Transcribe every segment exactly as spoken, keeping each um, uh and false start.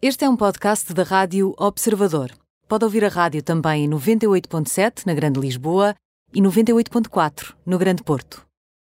Este é um podcast da Rádio Observador. Pode ouvir a rádio também em noventa e oito ponto sete na Grande Lisboa e noventa e oito ponto quatro no Grande Porto.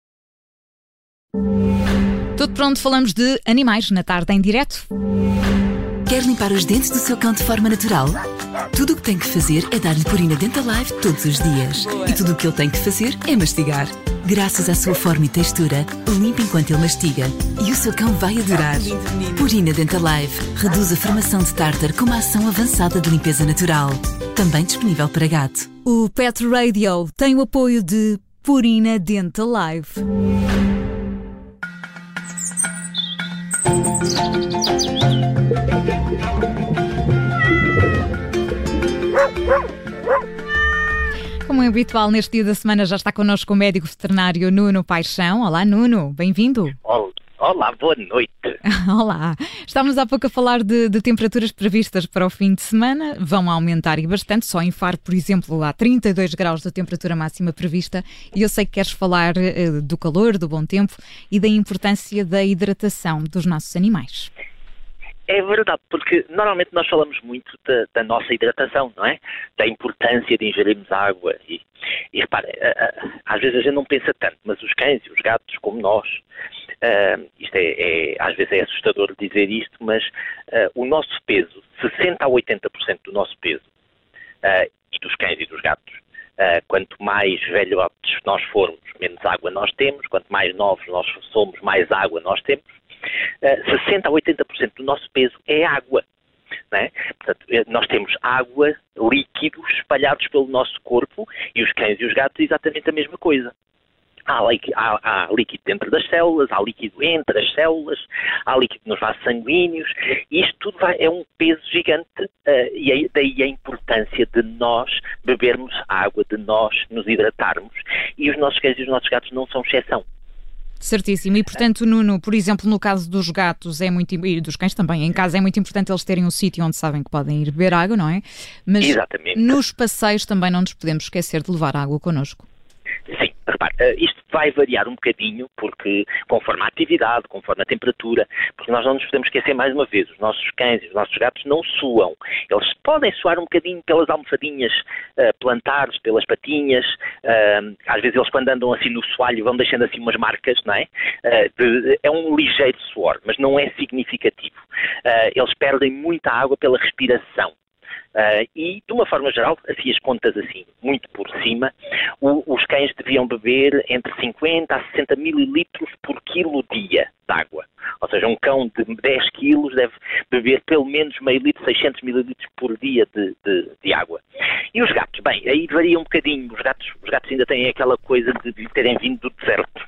Tudo pronto, falamos de animais na tarde em direto. Quer limpar os dentes do seu cão de forma natural? Tudo o que tem que fazer é dar-lhe Purina Dental Life todos os dias. E tudo o que ele tem que fazer é mastigar. Graças à sua forma e textura, limpa enquanto ele mastiga. E o seu cão vai adorar. Purina Dental Life reduz a formação de tártar com uma ação avançada de limpeza natural. Também disponível para gato. O Pet Radio tem o apoio de Purina Dental Life. Como é habitual, neste dia da semana já está connosco o médico veterinário Nuno Paixão. Olá, Nuno, bem-vindo. Olá, boa noite. Olá. Estávamos há pouco a falar de, de temperaturas previstas para o fim de semana. Vão aumentar e bastante. Só em Faro, por exemplo, há trinta e dois graus de temperatura máxima prevista. E eu sei que queres falar uh, do calor, do bom tempo e da importância da hidratação dos nossos animais. É verdade, porque normalmente nós falamos muito da, da nossa hidratação, não é? Da importância de ingerirmos água. E, e repare, às vezes a gente não pensa tanto, mas os cães e os gatos, como nós, uh, isto é, é, às vezes é assustador dizer isto, mas uh, o nosso peso, sessenta a oitenta por cento do nosso peso, uh, e dos cães e dos gatos, uh, quanto mais velhotes nós formos, menos água nós temos, quanto mais novos nós somos, mais água nós temos. Uh, sessenta a oitenta por cento do nosso peso é água, não é? Portanto, nós temos água, líquidos espalhados pelo nosso corpo, e os cães e os gatos exatamente a mesma coisa. Há líquido, há, há líquido dentro das células, há líquido entre as células, há líquido nos vasos sanguíneos, e isto tudo vai, é um peso gigante, uh, e é, daí a importância de nós bebermos água, de nós nos hidratarmos, e os nossos cães e os nossos gatos não são exceção. Certíssimo. E, portanto, Nuno, por exemplo, no caso dos gatos é muito, e dos cães também, em casa é muito importante eles terem um sítio onde sabem que podem ir beber água, não é? Mas exatamente. Nos passeios também não nos podemos esquecer de levar água connosco. Sim, repare, isto vai variar um bocadinho, porque conforme a atividade, conforme a temperatura, porque nós não nos podemos esquecer mais uma vez, os nossos cães e os nossos gatos não suam. Eles podem suar um bocadinho pelas almofadinhas uh, plantares, pelas patinhas, uh, às vezes eles quando andam assim no soalho vão deixando assim umas marcas, não é? Uh, de, é um ligeiro suor, mas não é significativo. Uh, eles perdem muita água pela respiração. Uh, e, de uma forma geral, assim as contas assim, muito por cima, o, os cães deviam beber entre cinquenta a sessenta mililitros por quilo dia de água. Ou seja, um cão de dez quilos deve beber pelo menos meio litro, seiscentos mililitros por dia de, de, de água. E os gatos? Bem, aí varia um bocadinho. Os gatos, os gatos ainda têm aquela coisa de terem vindo do deserto.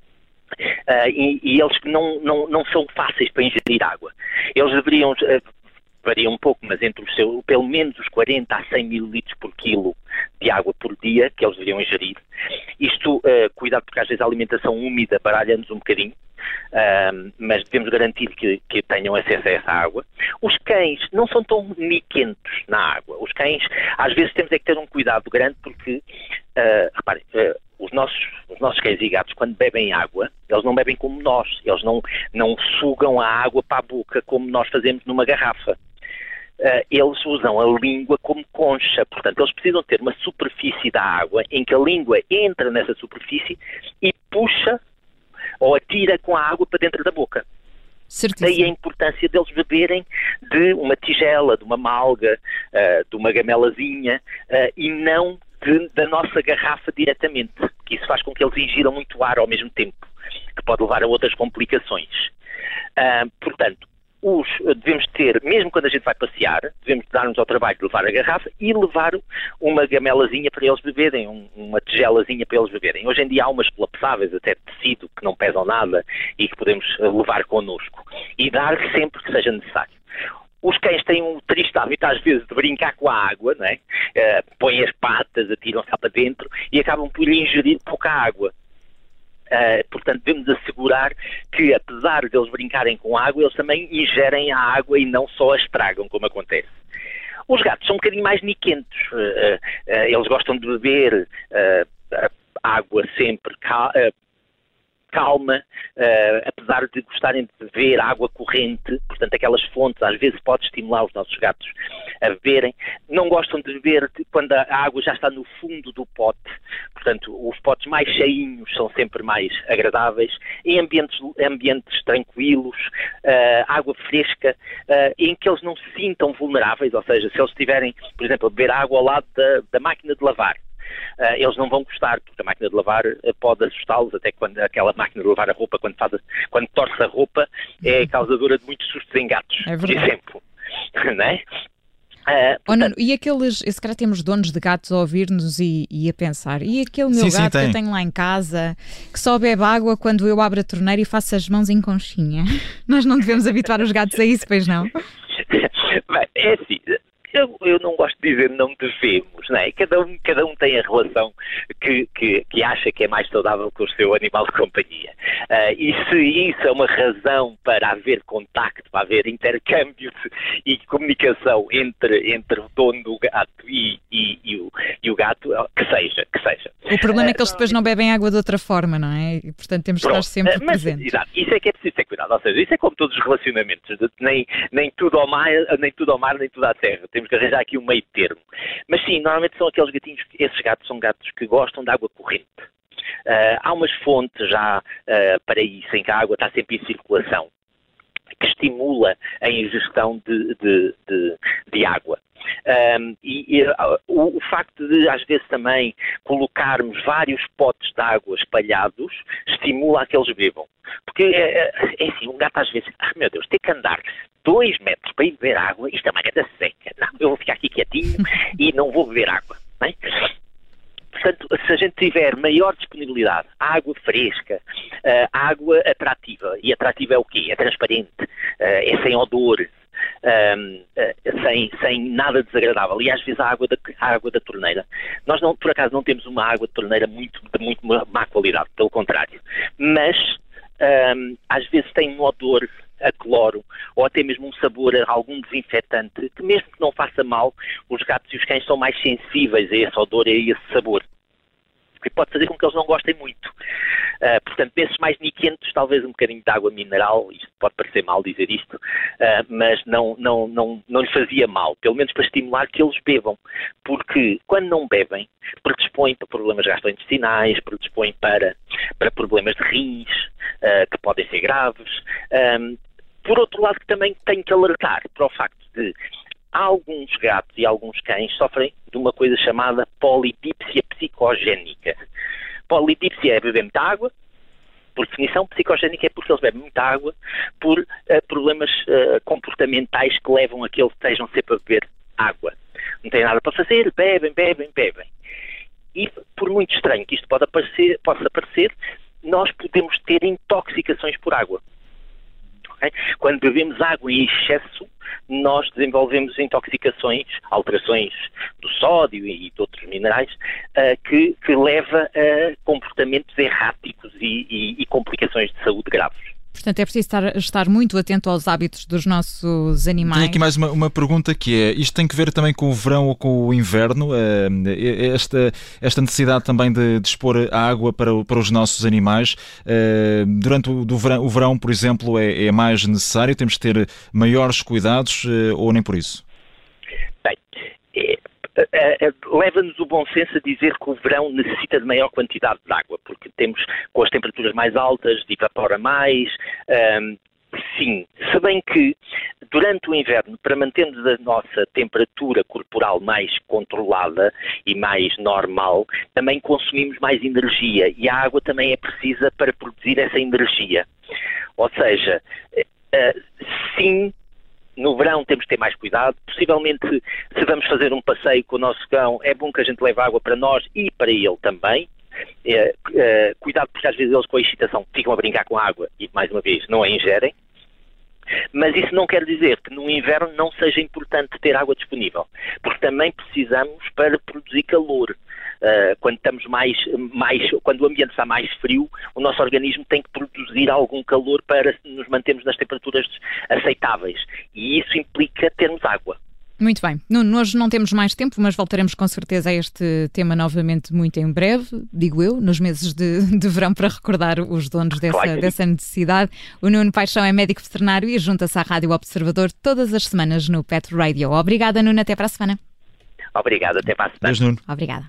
Uh, e, e eles não, não, não são fáceis para ingerir água. Eles deveriam... Uh, varia um pouco, mas entre os seus, pelo menos os quarenta a cem mililitros por quilo de água por dia que eles deveriam ingerir. Isto, uh, cuidado porque às vezes a alimentação úmida baralha-nos um bocadinho, uh, mas devemos garantir que, que tenham acesso a essa água. Os cães não são tão niquentos na água. Os cães, às vezes temos é que ter um cuidado grande porque, uh, reparem, uh, os nossos, os nossos cães e gatos, quando bebem água, eles não bebem como nós. Eles não, não sugam a água para a boca como nós fazemos numa garrafa. Uh, eles usam a língua como concha, portanto eles precisam ter uma superfície da água em que a língua entra nessa superfície e puxa ou atira com a água para dentro da boca. Certíssimo. Daí a importância deles beberem de uma tigela, de uma malga, uh, de uma gamelazinha uh, e não de, da nossa garrafa diretamente, que isso faz com que eles ingiram muito ar ao mesmo tempo, que pode levar a outras complicações. Uh, portanto, Os, devemos ter, mesmo quando a gente vai passear, devemos dar-nos ao trabalho de levar a garrafa e levar uma gamelazinha para eles beberem, um, uma tigelazinha para eles beberem. Hoje em dia há umas colapsáveis, até de tecido, que não pesam nada e que podemos levar connosco. E dar sempre que seja necessário. Os cães têm um triste hábito, às vezes, de brincar com a água, não é? Uh, põem as patas, atiram-se lá para dentro e acabam por ingerir pouca água. Uh, portanto, devemos assegurar que, apesar de eles brincarem com água, eles também ingerem a água e não só a estragam, como acontece. Os gatos são um bocadinho mais niquentos. Uh, uh, eles gostam de beber uh, água sempre, cal- uh, calma, uh, apesar de gostarem de beber água corrente, portanto aquelas fontes às vezes pode estimular os nossos gatos a beberem. Não gostam de beber quando a água já está no fundo do pote, portanto os potes mais cheinhos são sempre mais agradáveis, em ambientes, ambientes tranquilos, uh, água fresca, uh, em que eles não se sintam vulneráveis, ou seja, se eles estiverem, por exemplo, a beber água ao lado da, da máquina de lavar, Uh, eles não vão gostar, porque a máquina de lavar uh, pode assustá-los, até quando aquela máquina de lavar a roupa, quando, faz a, quando torce a roupa, é causadora de muitos sustos em gatos, é por exemplo. Não é? Uh, oh, Nuno, e aqueles, se calhar temos donos de gatos a ouvir-nos e, e a pensar, e aquele meu sim, gato sim, que eu tenho lá em casa, que só bebe água quando eu abro a torneira e faço as mãos em conchinha. Nós não devemos habituar os gatos a isso, pois não? Bem, é assim... Eu, eu não gosto de dizer não devemos, não é? Cada um, cada um tem a relação que, que, que acha que é mais saudável com o seu animal de companhia. Uh, e se isso é uma razão para haver contacto, para haver intercâmbio e comunicação entre, entre o dono do gato e, e, e, o, e o gato, que seja, que seja. O problema uh, é que eles depois não bebem água de outra forma, não é? E, portanto, temos de estar sempre uh, mas, presentes. Exato, isso é que é preciso ter cuidado. Ou seja, isso é como todos os relacionamentos. Nem, nem, tudo ao mar, nem tudo ao mar, nem tudo à terra. Temos que arranjar aqui um meio termo. Mas sim, normalmente são aqueles gatinhos, esses gatos são gatos que gostam de água corrente. Uh, há umas fontes já uh, para isso, em que a água está sempre em circulação, que estimula a ingestão de, de, de, de água. Um, e, e uh, o, o facto de, às vezes, também colocarmos vários potes de água espalhados estimula a que eles bebam. Porque, é, é assim, um gato às vezes, ah, meu Deus, tem que andar dois metros para ir beber água, isto é uma gata seca. Não, eu vou ficar aqui quietinho e não vou beber água. Não é? Portanto, se a gente tiver maior disponibilidade, água fresca, uh, água atrativa, e atrativa é o quê? É transparente, uh, é sem odor, um, uh, sem, sem nada desagradável, e às vezes a água, da, a água da torneira. Nós, não, por acaso, não temos uma água de torneira muito, de muito má qualidade, pelo contrário, mas um, às vezes tem um odor a cloro, ou até mesmo um sabor a algum desinfetante, que mesmo que não faça mal, os gatos e os cães são mais sensíveis a esse odor e a esse sabor. E pode fazer com que eles não gostem muito. Uh, portanto, nesses mais niquentos, talvez um bocadinho de água mineral, isto pode parecer mal dizer isto, uh, mas não, não, não, não lhe fazia mal, pelo menos para estimular que eles bebam, porque quando não bebem, predispõem para problemas gastrointestinais, predispõem para, para problemas de rins, uh, que podem ser graves. Um, por outro lado, que também tenho que alertar para o facto de alguns gatos e alguns cães sofrem de uma coisa chamada polidipsia psicogénica. Polidipsia é beber muita água, por definição. Psicogénica é porque eles bebem muita água por uh, problemas uh, comportamentais que levam a que eles estejam sempre a beber água. Não têm nada para fazer, bebem, bebem, bebem. E por muito estranho que isto pode aparecer, possa parecer, nós podemos ter intoxicações por água. Okay? Quando bebemos água em excesso, nós desenvolvemos intoxicações, alterações do sódio e de outros minerais, uh, que, que leva a comportamentos erráticos e, e, e complicações de saúde graves. Portanto, é preciso estar, estar muito atento aos hábitos dos nossos animais. Tenho aqui mais uma, uma pergunta que é, isto tem que ver também com o verão ou com o inverno? Esta, esta necessidade também de, de expor a água para, para os nossos animais, durante o, do verão, o verão, por exemplo, é, é mais necessário? Temos que ter maiores cuidados ou nem por isso? Bem, é... leva-nos o bom senso a dizer que o verão necessita de maior quantidade de água, porque temos, com as temperaturas mais altas, evapora mais, um, sim, se bem que durante o inverno, para mantermos a nossa temperatura corporal mais controlada e mais normal, também consumimos mais energia, e a água também é precisa para produzir essa energia. Ou seja, uh, sim, no verão temos que ter mais cuidado. Possivelmente, se vamos fazer um passeio com o nosso cão, é bom que a gente leve água para nós e para ele também. É, é, cuidado, porque às vezes eles com a excitação ficam a brincar com a água e, mais uma vez, não a ingerem. Mas isso não quer dizer que no inverno não seja importante ter água disponível, porque também precisamos para produzir calor. Uh, quando estamos mais, mais, quando o ambiente está mais frio, o nosso organismo tem que produzir algum calor para nos mantermos nas temperaturas aceitáveis. E isso implica termos água. Muito bem. Nuno, hoje não temos mais tempo, mas voltaremos com certeza a este tema novamente muito em breve, digo eu, nos meses de, de verão, para recordar os donos dessa, Claro. dessa necessidade. O Nuno Paixão é médico veterinário e junta-se à Rádio Observador todas as semanas no Pet Radio. Obrigada, Nuno. Até para a semana. Obrigado, até para a semana. Beijo, Nuno. Obrigada.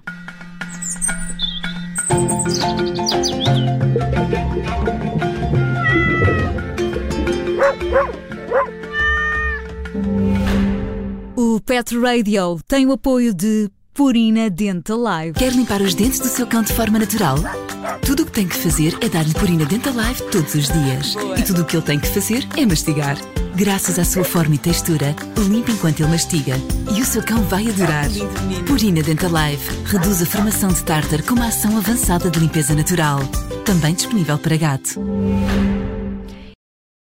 O Pet Radio tem o apoio de Purina Dental Life. Quer limpar os dentes do seu cão de forma natural? Tudo o que tem que fazer é dar-lhe Purina Dental Life todos os dias. E tudo o que ele tem que fazer é mastigar. Graças à sua forma e textura, limpa enquanto ele mastiga. E o seu cão vai adorar. Purina Dental Life reduz a formação de tártar com uma ação avançada de limpeza natural. Também disponível para gato.